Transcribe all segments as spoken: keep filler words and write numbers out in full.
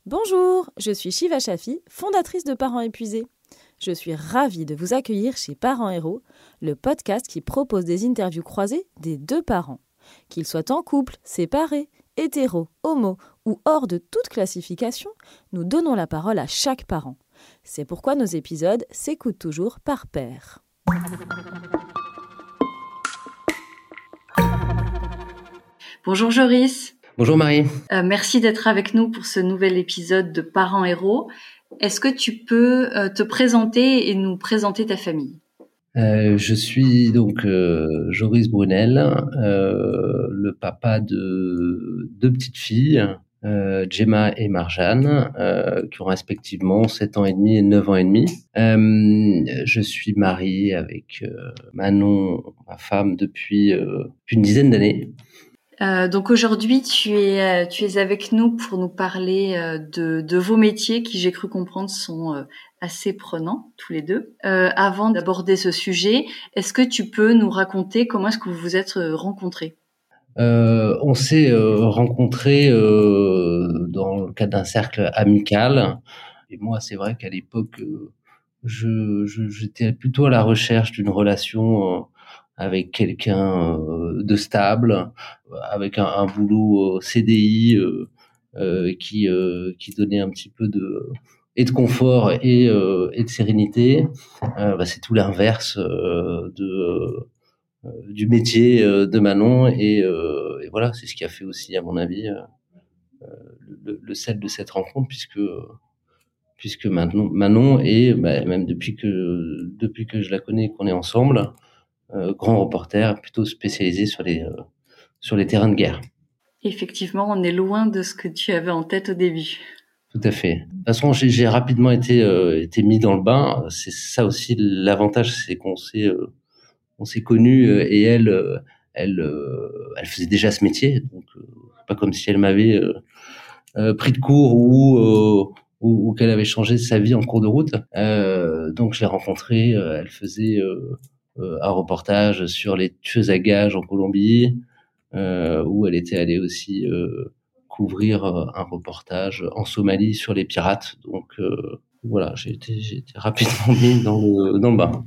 Bonjour, je suis Shiva Shafi, fondatrice de Parents épuisés. Je suis ravie de vous accueillir chez Parents Héros, le podcast qui propose des interviews croisées des deux parents. Qu'ils soient en couple, séparés, hétéros, homo ou hors de toute classification, nous donnons la parole à chaque parent. C'est pourquoi nos épisodes s'écoutent toujours par pair. Bonjour Joris. Bonjour Marie. Euh, merci d'être avec nous pour ce nouvel épisode de Parents Héros. Est-ce que tu peux euh, te présenter et nous présenter ta famille ? euh, Je suis donc euh, Joris Brunel, euh, le papa de deux petites filles, euh, Gemma et Marjane, euh, qui ont respectivement sept ans et demi et neuf ans et demi. Euh, je suis marié avec euh, Manon, ma femme, depuis, euh, depuis une dizaine d'années. Euh, donc aujourd'hui, tu es, tu es avec nous pour nous parler euh, de, de vos métiers qui, j'ai cru comprendre, sont euh, assez prenants, tous les deux. Euh, avant d'aborder ce sujet, est-ce que tu peux nous raconter comment est-ce que vous vous êtes rencontrés ? Euh, on s'est euh, rencontrés euh, dans le cadre d'un cercle amical. Et moi, c'est vrai qu'à l'époque, euh, je, je, j'étais plutôt à la recherche d'une relation euh, avec quelqu'un euh, de stable, avec un, un boulot euh, C D I euh, euh, qui, euh, qui donnait un petit peu de et de confort et, euh, et de sérénité. Euh, bah, c'est tout l'inverse euh, de euh, du métier euh, de Manon et, euh, et voilà, c'est ce qui a fait aussi, à mon avis, euh, le, le sel de cette rencontre, puisque puisque Manon, Manon est, bah, même depuis que depuis que je la connais et qu'on est ensemble, euh, grand reporter plutôt spécialisé sur les euh, sur les terrains de guerre. Effectivement, on est loin de ce que tu avais en tête au début. Tout à fait. De toute façon, j'ai, j'ai rapidement été euh, été mis dans le bain. C'est ça aussi l'avantage, c'est qu'on s'est euh, on s'est connus euh, et elle euh, elle euh, elle faisait déjà ce métier, donc euh, pas comme si elle m'avait euh, euh, pris de court ou, euh, ou ou qu'elle avait changé sa vie en cours de route. Euh, donc je l'ai rencontrée. Euh, elle faisait euh, euh, un reportage sur les tueuses à gages en Colombie. Euh, où elle était allée aussi euh, couvrir euh, un reportage en Somalie sur les pirates. Donc euh, voilà, j'ai été, j'ai été rapidement mis dans le, dans le bain.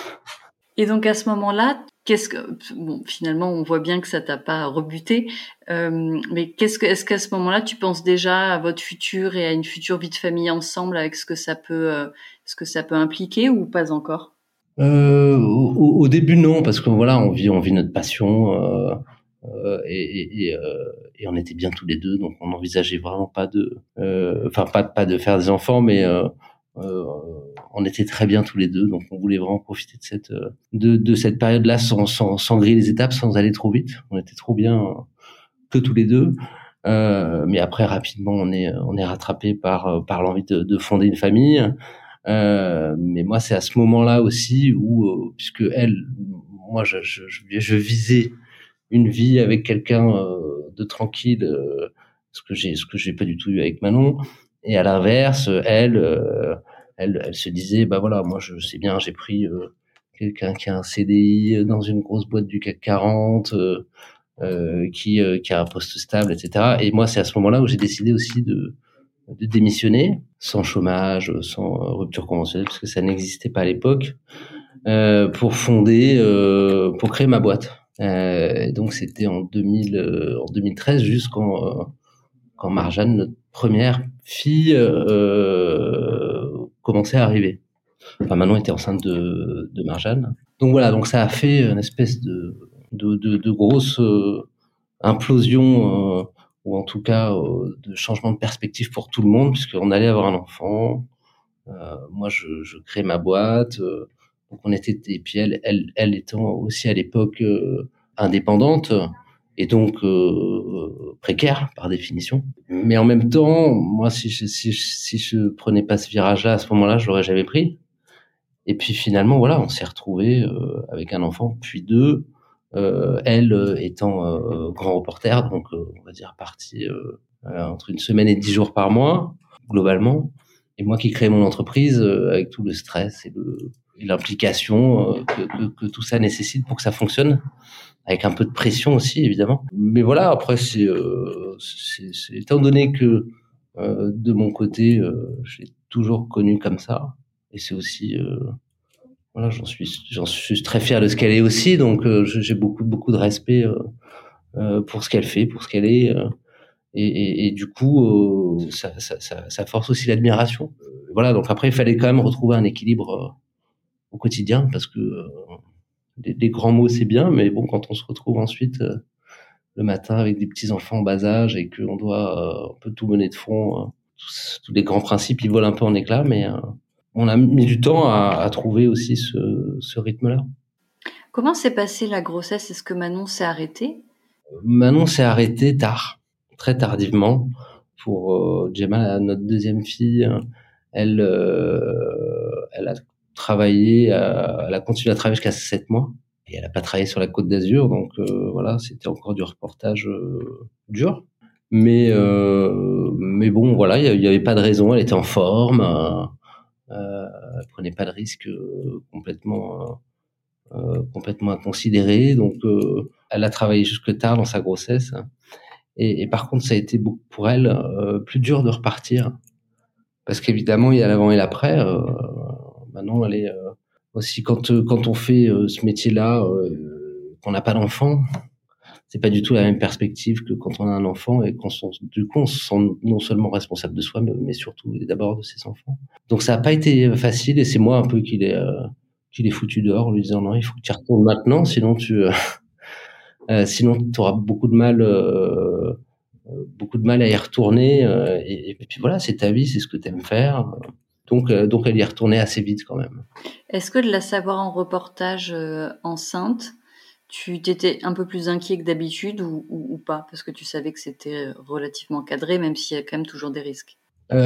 Et donc à ce moment-là, qu'est-ce que bon finalement on voit bien que ça t'a pas rebuté, euh, mais qu'est-ce que est-ce qu'à ce moment-là tu penses déjà à votre futur et à une future vie de famille ensemble avec ce que ça peut euh, ce que ça peut impliquer ou pas encore ? Euh, au, au début non, parce que voilà, on vit on vit notre passion. Euh, Euh, et, et, et, euh, et on était bien tous les deux, donc on n'envisageait vraiment pas de, enfin euh, pas pas de faire des enfants, mais euh, euh, on était très bien tous les deux, donc on voulait vraiment profiter de cette de, de cette période-là sans, sans sans griller les étapes, sans aller trop vite. On était trop bien que tous les deux, euh, mais après rapidement on est on est rattrapé par par l'envie de, de fonder une famille. Euh, mais moi c'est à ce moment-là aussi où euh, puisque elle, moi je je, je, je visais une vie avec quelqu'un euh, de tranquille, euh, ce que j'ai ce que j'ai pas du tout eu avec Manon. Et à l'inverse, elle, euh, elle, elle se disait, bah voilà, moi je sais bien, j'ai pris euh, quelqu'un qui a un C D I dans une grosse boîte du C A C quarante, euh, euh, qui euh, qui a un poste stable, et cetera. Et moi, c'est à ce moment-là où j'ai décidé aussi de de démissionner, sans chômage, sans rupture conventionnelle, parce que ça n'existait pas à l'époque, euh, pour fonder, euh, pour créer ma boîte. Euh, donc c'était en deux mille, euh, en deux mille treize, juste quand euh, quand Marjane, notre première fille, euh, commençait à arriver. Enfin, Manon était enceinte de de Marjane. Donc voilà, donc ça a fait une espèce de de de, de grosse euh, implosion, euh, ou en tout cas euh, de changement de perspective pour tout le monde, puisqu'on allait avoir un enfant. Euh, moi, je, je crée ma boîte. Euh, donc on était, et puis elle, elle, elle étant aussi à l'époque euh, indépendante et donc euh, précaire par définition. Mais en même temps, moi, si je, si je, si je prenais pas ce virage-là à ce moment-là, je l'aurais jamais pris. Et puis finalement, voilà, on s'est retrouvés euh, avec un enfant, puis deux. Euh, elle euh, étant euh, grand reporter, donc euh, on va dire partie euh, entre une semaine et dix jours par mois, globalement. Et moi qui crée mon entreprise euh, avec tout le stress et, le, et l'implication euh, que, que, que tout ça nécessite pour que ça fonctionne, avec un peu de pression aussi évidemment. Mais voilà, après c'est, euh, c'est, c'est étant donné que Euh, de mon côté, euh, je l'ai toujours connue comme ça. Et c'est aussi, euh, voilà, j'en suis, j'en suis très fier de ce qu'elle est aussi. Donc, euh, j'ai beaucoup, beaucoup de respect euh, euh, pour ce qu'elle fait, pour ce qu'elle est. Euh, et, et, et du coup, euh, ça, ça, ça, ça force aussi l'admiration. Euh, voilà. Donc après, il fallait quand même retrouver un équilibre euh, au quotidien, parce que euh, les, les grands mots c'est bien, mais bon, quand on se retrouve ensuite euh, le matin avec des petits enfants en bas âge et qu'on doit euh, un peu tout mener de front, euh, tous, tous les grands principes ils volent un peu en éclats, mais euh, on a mis du temps à, à trouver aussi ce, ce rythme-là. Comment s'est passée la grossesse? Est-ce que Manon s'est arrêtée? Manon s'est arrêtée tard, très tardivement. Pour euh, Gemma, notre deuxième fille, elle, euh, elle a travaillé, euh, elle a continué à travailler jusqu'à sept mois. Et elle n'a pas travaillé sur la Côte d'Azur, donc euh, voilà, c'était encore du reportage euh, dur. Mais euh, mais bon, voilà, il y, y avait pas de raison. Elle était en forme, euh, euh, elle prenait pas de risques euh, complètement euh, complètement inconsidérés. Donc euh, elle a travaillé jusque tard dans sa grossesse. Et, et par contre, ça a été beaucoup pour elle euh, plus dur de repartir, parce qu'évidemment, il y a l'avant et l'après. Euh, maintenant, elle est euh, aussi quand euh, quand on fait euh, ce métier-là, euh, qu'on n'a pas d'enfant, c'est pas du tout la même perspective que quand on a un enfant, et qu'on sont, du coup, on se sent non seulement responsable de soi, mais, mais surtout et d'abord de ses enfants. Donc ça n'a pas été facile, et c'est moi un peu qui l'ai euh, qui l'ai foutu dehors en lui disant non, il faut que tu y retournes maintenant, sinon tu euh, euh, sinon tu auras beaucoup de mal euh, beaucoup de mal à y retourner, euh, et, et puis voilà, c'est ta vie, c'est ce que tu aimes faire. Donc, euh, donc elle y est retournée assez vite quand même. Est-ce que de la savoir en reportage euh, enceinte, tu t'étais un peu plus inquiet que d'habitude ou, ou, ou pas? Parce que tu savais que c'était relativement cadré, même s'il y a quand même toujours des risques.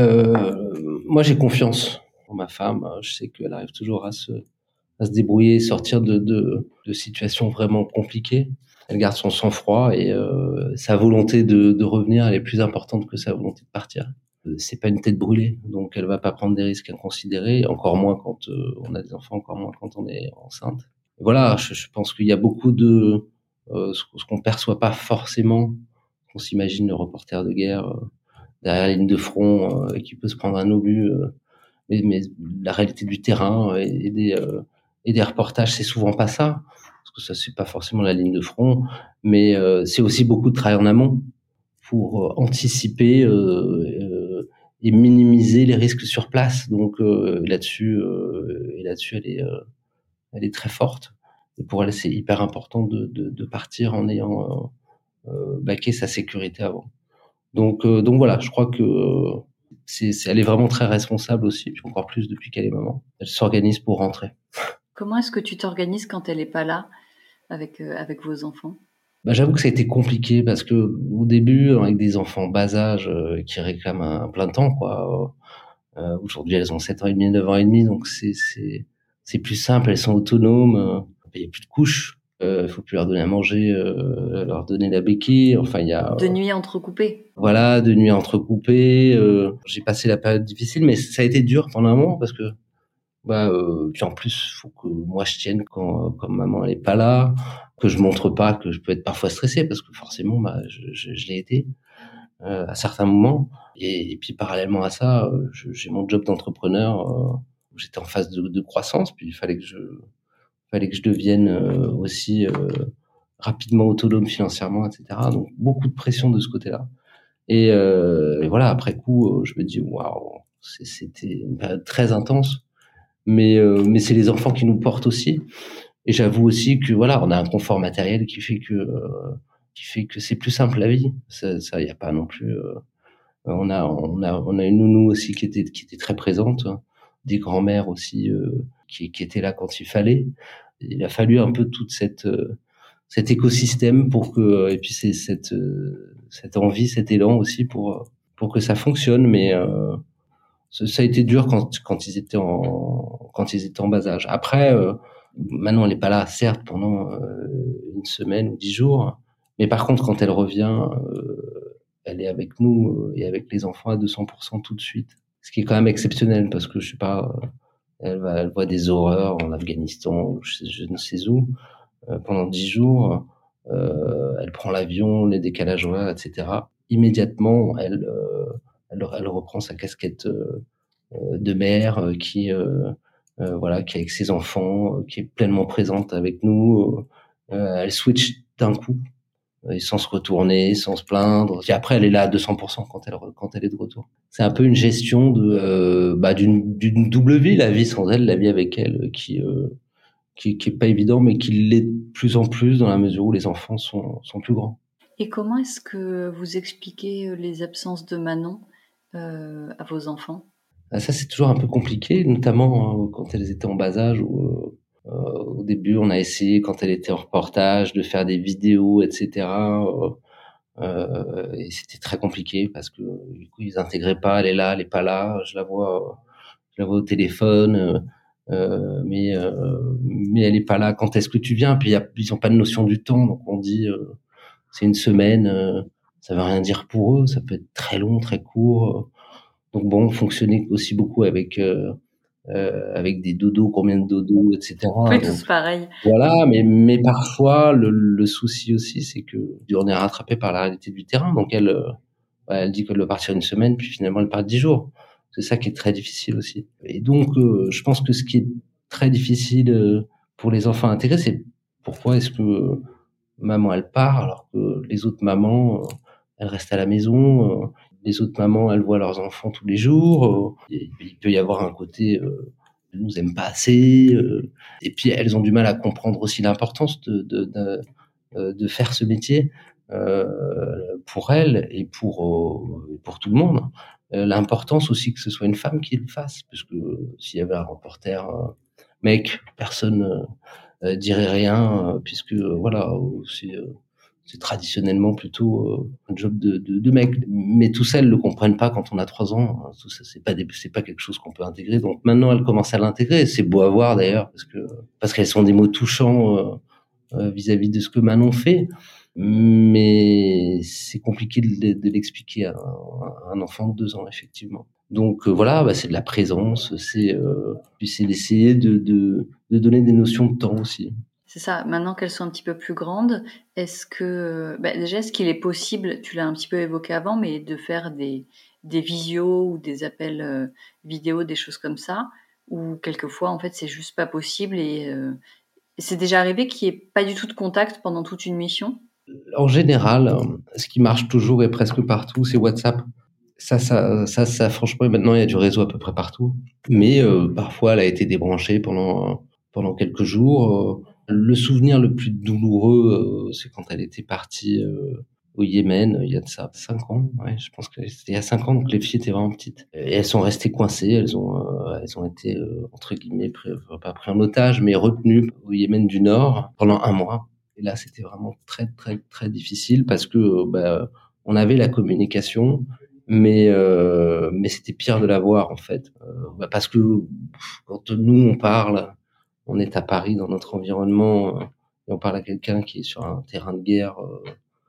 Euh, moi, j'ai confiance en ma femme. Je sais qu'elle arrive toujours à se, à se débrouiller, sortir de, de, de situations vraiment compliquées. Elle garde son sang-froid, et euh, sa volonté de, de revenir, elle est plus importante que sa volonté de partir. C'est pas une tête brûlée, donc elle va pas prendre des risques inconsidérés, encore moins quand euh, on a des enfants, encore moins quand on est enceinte. Et voilà, je, je pense qu'il y a beaucoup de euh, ce, ce qu'on perçoit pas forcément. On s'imagine le reporter de guerre euh, derrière la ligne de front euh, qui peut se prendre un obus, euh, mais, mais la réalité du terrain et, et des euh, et des reportages, c'est souvent pas ça, parce que ça c'est pas forcément la ligne de front, mais euh, c'est aussi beaucoup de travail en amont pour euh, anticiper euh, euh, et minimiser les risques sur place. Donc euh, là-dessus, euh, et là-dessus, elle est, euh, elle est très forte. Et pour elle, c'est hyper important de, de, de partir en ayant euh, euh, baqué sa sécurité avant. Donc, euh, donc voilà, je crois que euh, c'est, c'est, elle est vraiment très responsable aussi, puis encore plus depuis qu'elle est maman. Elle s'organise pour rentrer. Comment est-ce que tu t'organises quand elle n'est pas là avec, euh, avec vos enfants? Bah, j'avoue que ça a été compliqué, parce que au début, avec des enfants bas âge euh, qui réclament un plein temps, quoi. Euh, aujourd'hui, elles ont sept ans et demi, neuf ans et demi, donc c'est c'est c'est plus simple. Elles sont autonomes. Il y a plus de couches. Il euh, faut plus leur donner à manger, euh, leur donner la béquille. Enfin, il y a de nuit entrecoupée. Voilà, de nuit entrecoupée. Euh, j'ai passé la période difficile, mais ça a été dur pendant un moment, parce que bah euh, puis en plus, faut que moi je tienne quand quand maman elle est pas là, que je montre pas que je peux être parfois stressé, parce que forcément, bah je je, je l'ai été euh, à certains moments. Et, et puis parallèlement à ça, euh, je, j'ai mon job d'entrepreneur. Euh, où j'étais en phase de, de croissance, puis il fallait que je, fallait que je devienne euh, aussi euh, rapidement autonome financièrement, et cetera. Donc beaucoup de pression de ce côté-là. Et, euh, et voilà, après coup, euh, je me dis waouh, c'était une période très intense. Mais euh, mais c'est les enfants qui nous portent aussi. Et j'avoue aussi que voilà, on a un confort matériel qui fait que euh, qui fait que c'est plus simple la vie. Ça, ça y a pas non plus. Euh, on a on a on a une nounou aussi qui était qui était très présente, des grands-mères aussi euh, qui qui étaient là quand il fallait. Il a fallu un peu toute cette euh, cet écosystème pour que, et puis c'est cette euh, cette envie, cet élan aussi pour pour que ça fonctionne. Mais euh, ça, ça a été dur quand quand ils étaient en quand ils étaient en bas âge. Après, euh, maintenant elle est pas là, certes, pendant euh, une semaine ou dix jours, mais par contre quand elle revient, euh, elle est avec nous et avec les enfants à deux cents pour cent tout de suite. Ce qui est quand même exceptionnel, parce que je sais pas, elle va, elle voit des horreurs en Afghanistan ou je, je ne sais où euh, pendant dix jours. Euh, elle prend l'avion, les décalages horaires, et cetera. Immédiatement, elle, euh, elle, elle reprend sa casquette euh, de mère euh, qui euh, euh, voilà, qui est avec ses enfants, euh, qui est pleinement présente avec nous. Euh, elle switch d'un coup et sans se retourner, sans se plaindre. Et après, elle est là à deux cents pour cent quand elle quand elle est de retour. C'est un peu une gestion de euh, bah d'une d'une double vie, la vie sans elle, la vie avec elle, qui euh, qui qui est pas évident, mais qui l'est de plus en plus dans la mesure où les enfants sont sont plus grands. Et comment est-ce que vous expliquez les absences de Manon euh, à vos enfants? Ah, ça, c'est toujours un peu compliqué, notamment hein, quand elles étaient en bas âge. Où, euh, au début, on a essayé, quand elle était en reportage, de faire des vidéos, et cetera. Euh, Euh, et c'était très compliqué parce que du coup ils intégraient pas, elle est là, elle est pas là, je la vois, je la vois au téléphone, euh, euh, mais euh, mais elle est pas là. Quand est-ce que tu viens? Puis y a, ils ont pas de notion du temps, donc on dit euh, c'est une semaine, euh, ça veut rien dire pour eux, ça peut être très long, très court. Donc bon, fonctionner aussi beaucoup avec euh, euh, avec des dodos, combien de dodos, et cetera. Oui, Donc, tous pareil. voilà, mais, mais parfois, le, le souci aussi, c'est que on est rattrapé par la réalité du terrain. Donc, elle, euh, elle dit qu'elle doit partir une semaine, puis finalement, elle part dix jours. C'est ça qui est très difficile aussi. Et donc, euh, je pense que ce qui est très difficile euh, pour les enfants intégrés, c'est pourquoi est-ce que euh, maman, elle part, alors que les autres mamans, euh, elles restent à la maison. Euh, les autres mamans, elles voient leurs enfants tous les jours. Euh, et, il peut y avoir un côté... Euh, elles nous aiment pas assez. Euh, et puis elles ont du mal à comprendre aussi l'importance de de, de, de faire ce métier euh, pour elles et pour euh, pour tout le monde. Euh, l'importance aussi que ce soit une femme qui le fasse, parce que s'il y avait un reporter euh, mec, personne euh, dirait rien, euh, puisque euh, voilà, c'est euh, c'est traditionnellement plutôt euh, un job de, de, de mec. Mais tout ça, elles le comprennent pas quand on a trois ans. Tout ça, c'est pas des, c'est pas quelque chose qu'on peut intégrer. Donc maintenant, elles commencent à l'intégrer. C'est beau à voir d'ailleurs, parce que parce qu'elles sont des mots touchants euh, euh, vis-à-vis de ce que Manon fait. Mais c'est compliqué de, de l'expliquer à un, à un enfant de deux ans, effectivement. Donc euh, voilà, bah, c'est de la présence, c'est euh, puis c'est d'essayer de, de de donner des notions de temps aussi. C'est ça. Maintenant qu'elles sont un petit peu plus grandes, est-ce que, bah déjà, est-ce qu'il est possible, tu l'as un petit peu évoqué avant, mais de faire des, des visios ou des appels euh, vidéo, des choses comme ça, ou quelquefois, en fait, c'est juste pas possible et euh, c'est déjà arrivé qu'il n'y ait pas du tout de contact pendant toute une mission? En général, ce qui marche toujours et presque partout, c'est WhatsApp. Ça, ça, ça, ça, franchement, maintenant, il y a du réseau à peu près partout. Mais euh, parfois, elle a été débranchée pendant pendant quelques jours. Le souvenir le plus douloureux, euh, c'est quand elle était partie euh, au Yémen, il y a de ça cinq ans. Ouais, je pense que c'était il y a cinq ans, donc les filles étaient vraiment petites. Et elles sont restées coincées. Elles ont, euh, elles ont été euh, entre guillemets, pris, pas pris en otage, mais retenues au Yémen du Nord pendant un mois. Et là, c'était vraiment très, très, très difficile parce que euh, bah, on avait la communication, mais euh, mais c'était pire de la voir en fait, euh, bah, parce que quand nous on parle, on est à Paris dans notre environnement euh, et on parle à quelqu'un qui est sur un terrain de guerre euh,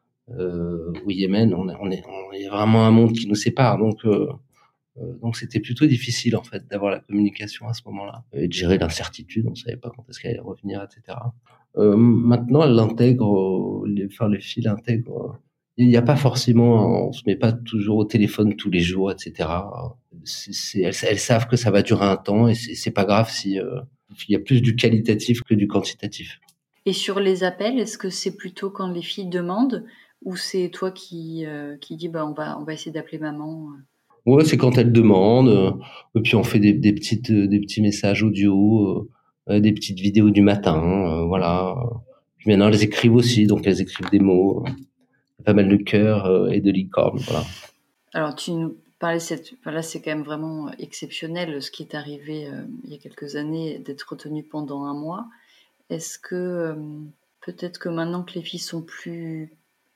euh, au Yémen, on, on est on est vraiment un monde qui nous sépare, donc euh, euh, donc c'était plutôt difficile en fait d'avoir la communication à ce moment-là et de gérer l'incertitude, on savait pas quand est-ce qu'elle allait revenir, et cetera. Euh, maintenant, elle l'intègre, les, enfin les filles l'intègrent. Il n'y a pas forcément, on se met pas toujours au téléphone tous les jours, et cetera. C'est, c'est, elles, elles savent que ça va durer un temps et c'est, c'est pas grave si euh, il y a plus du qualitatif que du quantitatif. Et sur les appels, est-ce que c'est plutôt quand les filles demandent ou c'est toi qui euh, qui dis bah on va on va essayer d'appeler maman? Ouais, c'est quand elles demandent. Euh, et puis on fait des, des petites des petits messages audio, euh, des petites vidéos du matin, euh, voilà. Puis maintenant elles écrivent aussi, donc elles écrivent des mots. Pas mal de cœur euh, et de licorne, voilà. Alors tu nous parlais de cette, enfin, là c'est quand même vraiment exceptionnel ce qui est arrivé euh, il y a quelques années d'être retenu pendant un mois. Est-ce que euh, peut-être que maintenant que les filles sont plus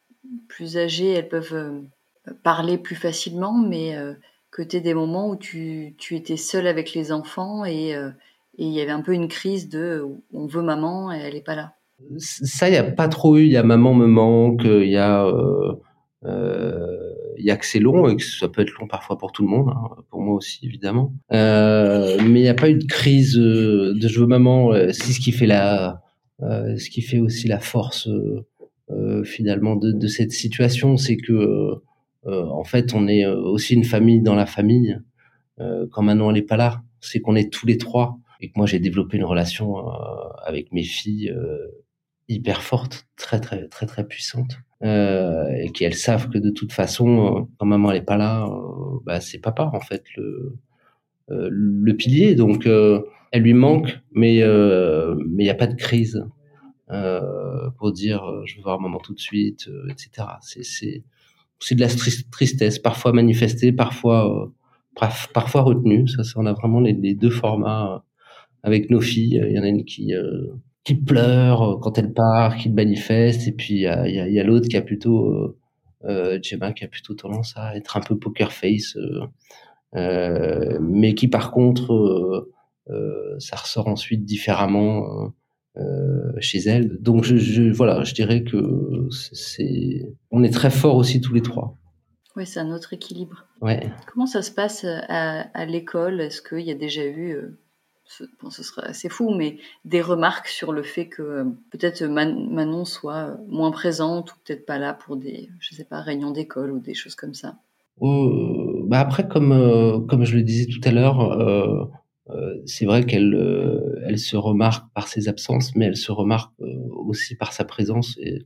plus âgées, elles peuvent euh, parler plus facilement, mais euh, que tu aies des moments où tu, tu étais seule avec les enfants et euh, et il y avait un peu une crise de on veut maman et elle est pas là. Ça, il y a pas trop eu. Il y a maman me manque. Il y a, euh, euh, il y a que c'est long et que ça peut être long parfois pour tout le monde, hein, pour moi aussi évidemment. Euh, mais il n'y a pas eu de crise de je veux maman. C'est ce qui fait la, euh, ce qui fait aussi la force euh, finalement de, de cette situation, c'est que euh, en fait, on est aussi une famille dans la famille. Euh, quand Manon elle est pas là, c'est qu'on est tous les trois et que moi j'ai développé une relation euh, avec mes filles euh, hyper forte, très très très très puissante, euh, et qu'elles savent que de toute façon, euh, quand maman elle est pas là, euh, bah c'est papa en fait le euh, le pilier. Donc euh, elle lui manque, mais euh, mais il y a pas de crise euh, pour dire euh, je veux voir maman tout de suite, euh, et cetera. C'est c'est c'est de la stri- tristesse, parfois manifestée, parfois euh, parf- parfois retenue. Ça, ça, on a vraiment les, les deux formats euh, avec nos filles. Il y en a une qui euh, qui pleure quand elle part, qui le manifeste, et puis il y a, il y a, il y a l'autre qui a plutôt euh, euh, Gemma qui a plutôt tendance à être un peu poker face, euh, euh, mais qui par contre euh, euh, ça ressort ensuite différemment euh, euh, chez elle. Donc je, je voilà, je dirais que c'est on est très forts aussi tous les trois. Oui, c'est un autre équilibre. Ouais. Comment ça se passe à, à l'école? Est-ce qu'il y a déjà eu, euh, ce, bon, ce serait assez fou, mais des remarques sur le fait que euh, peut-être Man- Manon soit moins présente ou peut-être pas là pour des, je sais pas, réunions d'école ou des choses comme ça? Euh, bah après, comme euh, comme je le disais tout à l'heure, euh, euh, c'est vrai qu'elle euh, elle se remarque par ses absences, mais elle se remarque euh, aussi par sa présence. Et,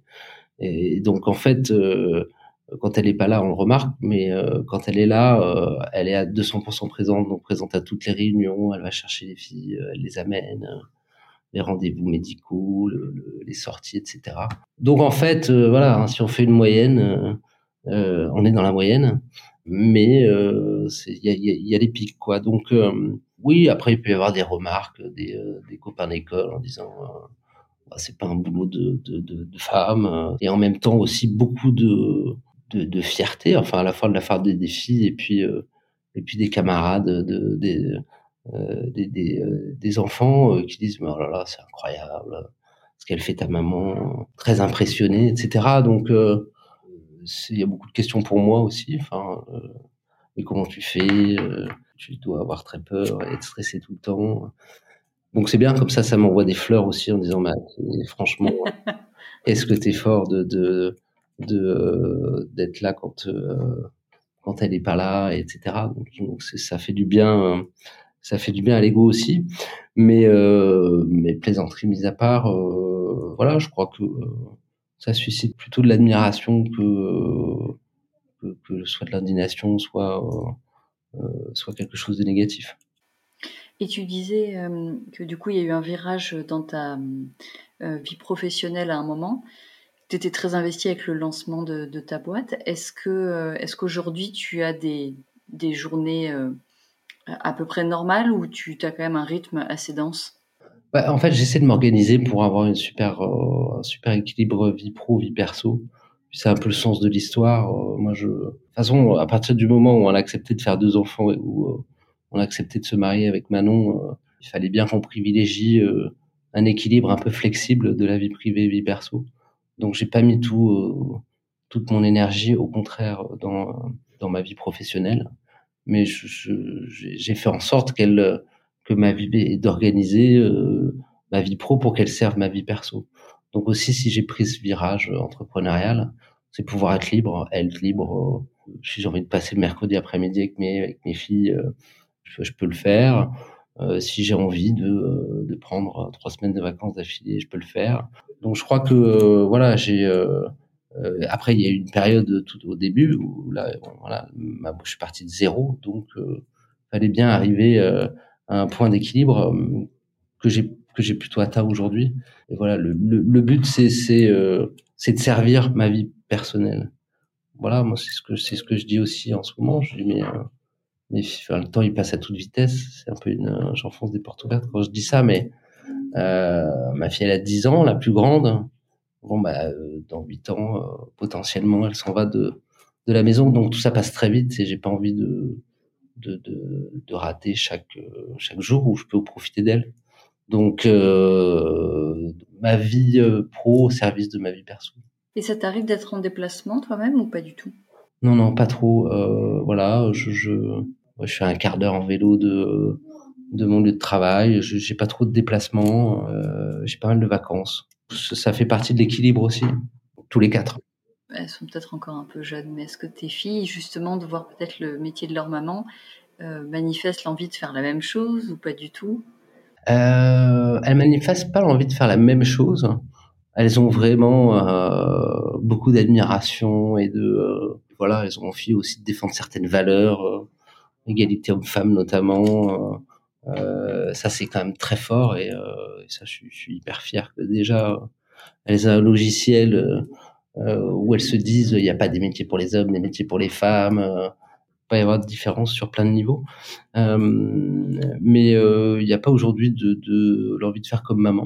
et donc en fait, euh, quand elle est pas là, on le remarque, mais euh, quand elle est là, euh, elle est à deux cents pour cent présente, donc présente à toutes les réunions. Elle va chercher les filles, euh, elle les amène, euh, les rendez-vous médicaux, le, le, les sorties, et cetera. Donc en fait, euh, voilà, hein, si on fait une moyenne, euh, euh, on est dans la moyenne, mais euh, c'est- il y a, il y, a, il y a des pics, quoi. Donc euh, oui, après il peut y avoir des remarques des, euh, des copains d'école en disant euh, bah, c'est pas un boulot de, de, de, de femme, euh, et en même temps aussi beaucoup de, de, de fierté, enfin à la fois de la part des, des filles et puis euh, et puis des camarades, de, des euh, des, des, euh, des enfants euh, qui disent mais oh là là c'est incroyable ce qu'elle fait ta maman, très impressionné, et cetera. Donc euh, c'est- il y a beaucoup de questions pour moi aussi. Enfin, euh, mais comment tu fais euh, Tu dois avoir très peur, être stressé tout le temps. Donc c'est bien comme ça, ça m'envoie des fleurs aussi en disant bah, franchement, est-ce que t'es fort de de de euh, d'être là quand euh, quand elle est pas là, et cetera. Donc, donc c'est, ça fait du bien, euh, ça fait du bien à l'ego aussi. Mais euh, mais plaisanterie mise à part, euh, voilà, je crois que euh, ça suscite plutôt de l'admiration que euh, que, que soit de l'indignation, soit euh, euh, soit quelque chose de négatif. Et tu disais euh, que du coup, il y a eu un virage dans ta euh, vie professionnelle à un moment. Tu étais très investi avec le lancement de, de ta boîte. Est-ce que, euh, est-ce qu'aujourd'hui, tu as des, des journées euh, à peu près normales ou tu as quand même un rythme assez dense? Bah, en fait, j'essaie de m'organiser pour avoir une super, euh, un super équilibre vie pro, vie perso. Puis c'est un peu le sens de l'histoire. Euh, moi, je, de toute façon, à partir du moment où on a accepté de faire deux enfants et où euh, on a accepté de se marier avec Manon, euh, il fallait bien qu'on privilégie euh, un équilibre un peu flexible de la vie privée et vie perso. Donc, j'ai pas mis tout, euh, toute mon énergie, au contraire, dans dans ma vie professionnelle. Mais je, je, j'ai j'ai fait en sorte qu'elle que ma vie est d'organiser euh, ma vie pro pour qu'elle serve ma vie perso. Donc aussi, si j'ai pris ce virage euh, entrepreneurial, c'est pouvoir être libre, être libre. Euh, si j'ai envie de passer le mercredi après-midi avec mes avec mes filles, euh, je, je peux le faire. Euh, si j'ai envie de euh, de prendre trois semaines de vacances d'affilée, je peux le faire. Donc je crois que euh, voilà, j'ai euh, euh, après, il y a eu une période tout au début où là, bon, voilà, ma, je suis parti de zéro, donc euh, fallait bien arriver euh, à un point d'équilibre euh, que j'ai que j'ai plutôt atteint aujourd'hui. Et voilà, le, le, le but c'est c'est euh, c'est de servir ma vie personnelle. Voilà, moi c'est ce que c'est ce que je dis aussi en ce moment. Je dis mais, euh, mais enfin, le temps il passe à toute vitesse. C'est un peu une, euh, j'enfonce des portes ouvertes quand je dis ça, mais euh, ma fille elle a dix ans, la plus grande. Bon, bah, euh, dans huit ans, euh, potentiellement, elle s'en va de, de la maison. Donc, tout ça passe très vite et j'ai pas envie de, de, de, de rater chaque, euh, chaque jour où je peux profiter d'elle. Donc, euh, ma vie euh, pro au service de ma vie perso. Et ça t'arrive d'être en déplacement toi-même ou pas du tout? Non, non, pas trop. Euh, voilà, je, je, ouais, je fais un quart d'heure en vélo de, de mon lieu de travail. Je, j'ai pas trop de déplacements. Euh, j'ai pas mal de vacances. Ça, ça fait partie de l'équilibre aussi, tous les quatre. elles sont peut-être encore un peu jeunes, mais est-ce que tes filles, justement, de voir peut-être le métier de leur maman, euh, manifestent l'envie de faire la même chose ou pas du tout? Euh, elles manifestent pas l'envie de faire la même chose. Elles ont vraiment euh, beaucoup d'admiration et de euh, voilà, elles ont envie aussi de défendre certaines valeurs, euh, égalité homme-femme notamment. Euh, euh, ça c'est quand même très fort et, euh, et ça je suis, je suis hyper fier que déjà euh, elles ont un logiciel euh, euh, où elles se disent il n'y a pas des métiers pour les hommes, des métiers pour les femmes. Euh, il peut y avoir de différences sur plein de niveaux. Euh, mais euh, il n'y a pas aujourd'hui de, de l'envie de faire comme maman.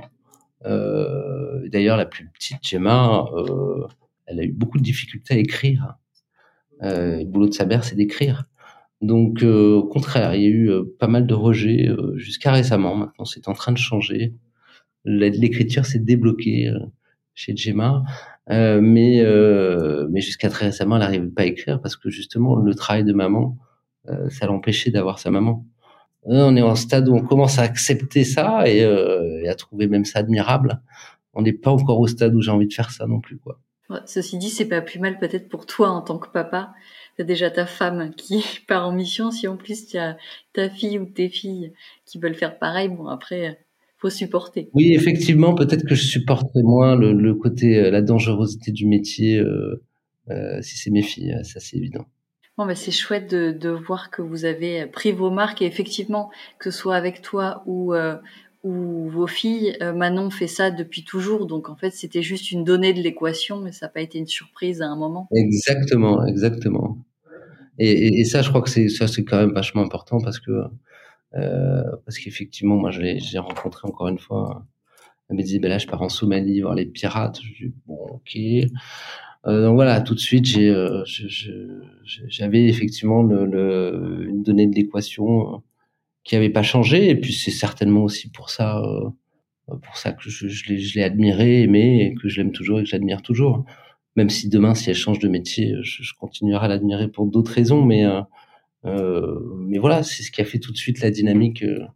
Euh, d'ailleurs, la plus petite, Gemma, euh, elle a eu beaucoup de difficultés à écrire. Euh, le boulot de sa mère, c'est d'écrire. Donc, euh, au contraire, il y a eu euh, pas mal de rejets euh, jusqu'à récemment. Maintenant, c'est en train de changer. L'écriture s'est débloquée euh, chez Gemma, euh, mais euh, mais jusqu'à très récemment, elle n'arrivait pas à écrire parce que justement, le travail de maman, euh, ça l'empêchait d'avoir sa maman. On est en stade où on commence à accepter ça et, euh, et à trouver même ça admirable. On n'est pas encore au stade où j'ai envie de faire ça non plus, quoi. Ouais, ceci dit, c'est pas plus mal peut-être pour toi en tant que papa. T'as déjà ta femme qui part en mission. Si en plus tu as ta fille ou tes filles qui veulent faire pareil, bon après, faut supporter. Oui, effectivement, peut-être que je supporterai moins le, le côté, euh, la dangerosité du métier euh, euh, si c'est mes filles, ça c'est évident. Bon, bah, c'est chouette de, de voir que vous avez pris vos marques et effectivement, que ce soit avec toi ou euh, ou vos filles, euh, Manon fait ça depuis toujours. Donc en fait, c'était juste une donnée de l'équation, mais ça n'a pas été une surprise à un moment. Exactement, exactement. Et, et, et ça, je crois que c'est ça, c'est quand même vachement important parce que euh, parce qu'effectivement, moi, je l'ai, j'ai rencontré encore une fois. Elle me disait, ben là, je pars en Somalie voir les pirates. Je dis, bon, ok. Euh, donc voilà, tout de suite, j'ai, euh, je, je, j'avais effectivement le, le, une donnée de l'équation euh, qui avait pas changé. Et puis c'est certainement aussi pour ça, euh, pour ça que je, je l'ai, je l'ai admiré, aimé, et que je l'aime toujours et que j'admire toujours. Même si demain, si elle change de métier, je, je continuerai à l'admirer pour d'autres raisons. Mais euh, euh, mais voilà, c'est ce qui a fait tout de suite la dynamique euh,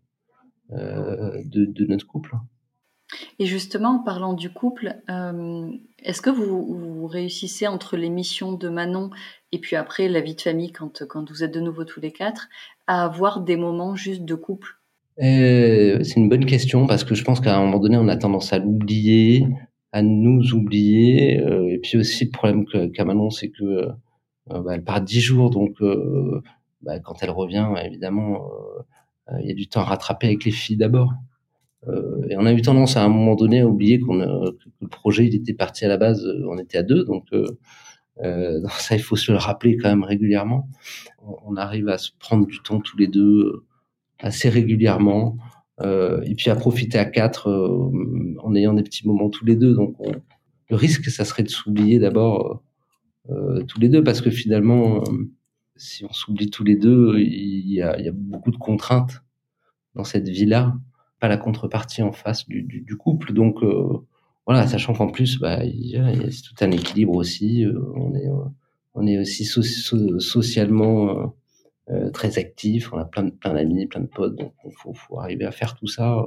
de, de notre couple. Et justement, en parlant du couple, euh, est-ce que vous, vous réussissez entre les missions de Manon et puis après la vie de famille quand, quand vous êtes de nouveau tous les quatre à avoir des moments juste de couple? Euh, c'est une bonne question parce que je pense qu'à un moment donné, on a tendance à l'oublier, à nous oublier. Euh, et puis aussi, le problème que, qu'a Manon, c'est que euh, bah, elle part dix jours, donc euh, bah, quand elle revient, évidemment, il euh, y a du temps à rattraper avec les filles d'abord. Euh, et on a eu tendance à un moment donné à oublier qu'on a, que le projet il était parti à la base, on était à deux, donc euh, euh, ça il faut se le rappeler quand même régulièrement. On, on arrive à se prendre du temps tous les deux assez régulièrement, euh, et puis à profiter à quatre euh, en ayant des petits moments tous les deux. Donc on, le risque, ça serait de s'oublier d'abord euh, tous les deux, parce que finalement, euh, si on s'oublie tous les deux, il y a, il y a beaucoup de contraintes dans cette vie-là, pas la contrepartie en face du, du, du couple. Donc euh, voilà, sachant qu'en plus, bah, il y a, il y a tout un équilibre aussi. Euh, on est, euh, on est aussi so- so- socialement euh, euh, très actif. On a plein de plein d'amis, plein de potes. Donc il faut, faut arriver à faire tout ça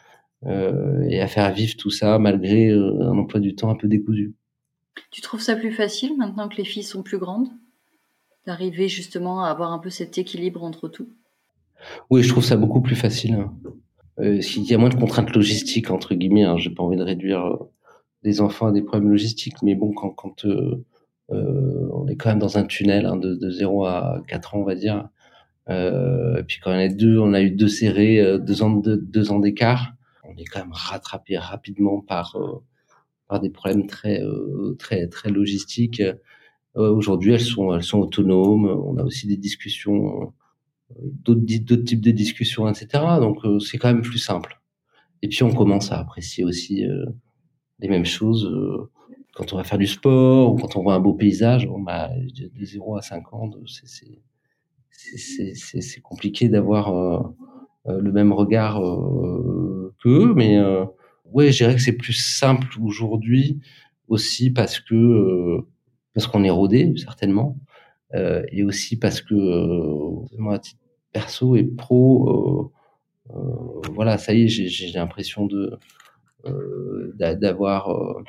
euh, et à faire vivre tout ça malgré euh, un emploi du temps un peu décousu. Tu trouves ça plus facile maintenant que les filles sont plus grandes, d'arriver justement à avoir un peu cet équilibre entre tout? Oui, je trouve ça beaucoup plus facile. Hein. Euh, il y a moins de contraintes logistiques entre guillemets. Hein. J'ai pas envie de réduire euh, les enfants à des problèmes logistiques, mais bon, quand, quand euh, euh, on est quand même dans un tunnel hein, de, de zéro à quatre ans, on va dire. Euh, et puis quand on est deux, on a eu deux serrés, euh, deux ans de deux ans d'écart. On est quand même rattrapé rapidement par euh, par des problèmes très euh, très très logistiques. Euh, aujourd'hui, elles sont elles sont autonomes. On a aussi des discussions, d'autres d'autres types de discussions, et cetera. Donc euh, c'est quand même plus simple. Et puis on commence à apprécier aussi euh, les mêmes choses. Euh, quand on va faire du sport ou quand on voit un beau paysage, bon, bah, de, de zéro à cinq ans, c'est, c'est, c'est, c'est, c'est compliqué d'avoir euh, euh, le même regard euh, qu'eux, mais euh, ouais, je dirais que c'est plus simple aujourd'hui aussi parce que euh, parce qu'on est rodé certainement, euh, et aussi parce que euh, moi, à titre perso et pro, euh, euh, voilà, ça y est, j'ai, j'ai l'impression de euh, d'avoir euh,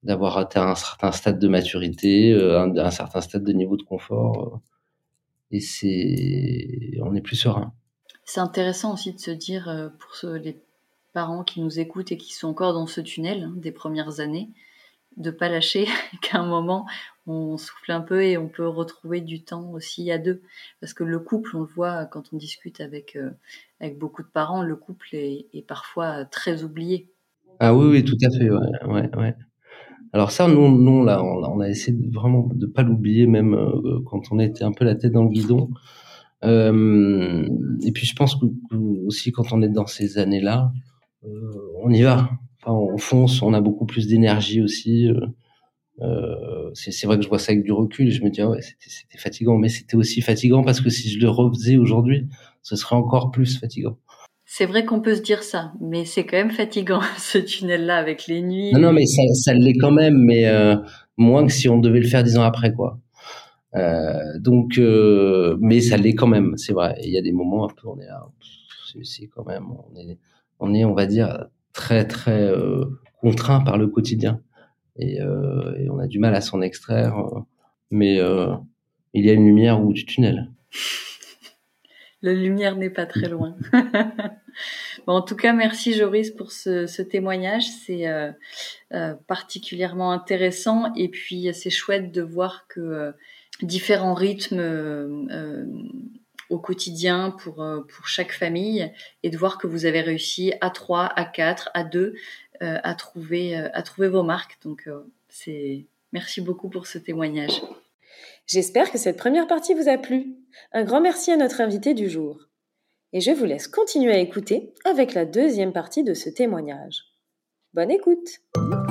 d'avoir atteint un certain stade de maturité, euh, un, un certain stade de niveau de confort, euh, et c'est, on est plus serein. C'est intéressant aussi de se dire, euh, pour ceux, les parents qui nous écoutent et qui sont encore dans ce tunnel hein, des premières années, de pas lâcher, qu'à un moment on souffle un peu et on peut retrouver du temps aussi à deux. Parce que le couple, on le voit quand on discute avec euh, avec beaucoup de parents, le couple est, est parfois très oublié. Ah oui, oui, tout à fait, ouais, ouais, ouais. Alors ça, nous, nous là, on, on a essayé de, vraiment de pas l'oublier, même euh, quand on était un peu la tête dans le guidon. Euh, et puis je pense que, que aussi quand on est dans ces années-là, euh, on y va. Enfin, on fonce, on a beaucoup plus d'énergie aussi. Euh, euh, c'est, c'est vrai que je vois ça avec du recul et je me dis ah ouais, c'était, c'était fatigant, mais c'était aussi fatigant parce que si je le refaisais aujourd'hui, ce serait encore plus fatigant. C'est vrai qu'on peut se dire ça, mais c'est quand même fatigant ce tunnel-là avec les nuits. Non, les... non, mais ça, ça l'est quand même, mais euh, moins que si on devait le faire dix ans après, quoi. Euh, donc, euh, mais ça l'est quand même, c'est vrai. Il y a des moments un peu, on est là, c'est, c'est quand même, on est, on est, on va dire, très, très euh, contraint par le quotidien, et, euh, et on a du mal à s'en extraire. Euh, mais euh, il y a une lumière au bout du tunnel. La lumière n'est pas très loin. Bon, en tout cas, merci Joris pour ce, ce témoignage. C'est euh, euh, particulièrement intéressant et puis c'est chouette de voir que euh, différents rythmes euh, euh, au quotidien pour euh, pour chaque famille et de voir que vous avez réussi à trois, à quatre, à deux euh, à trouver euh, à trouver vos marques. Donc euh, c'est merci beaucoup pour ce témoignage. J'espère que cette première partie vous a plu. Un grand merci à notre invité du jour. Et je vous laisse continuer à écouter avec la deuxième partie de ce témoignage. Bonne écoute!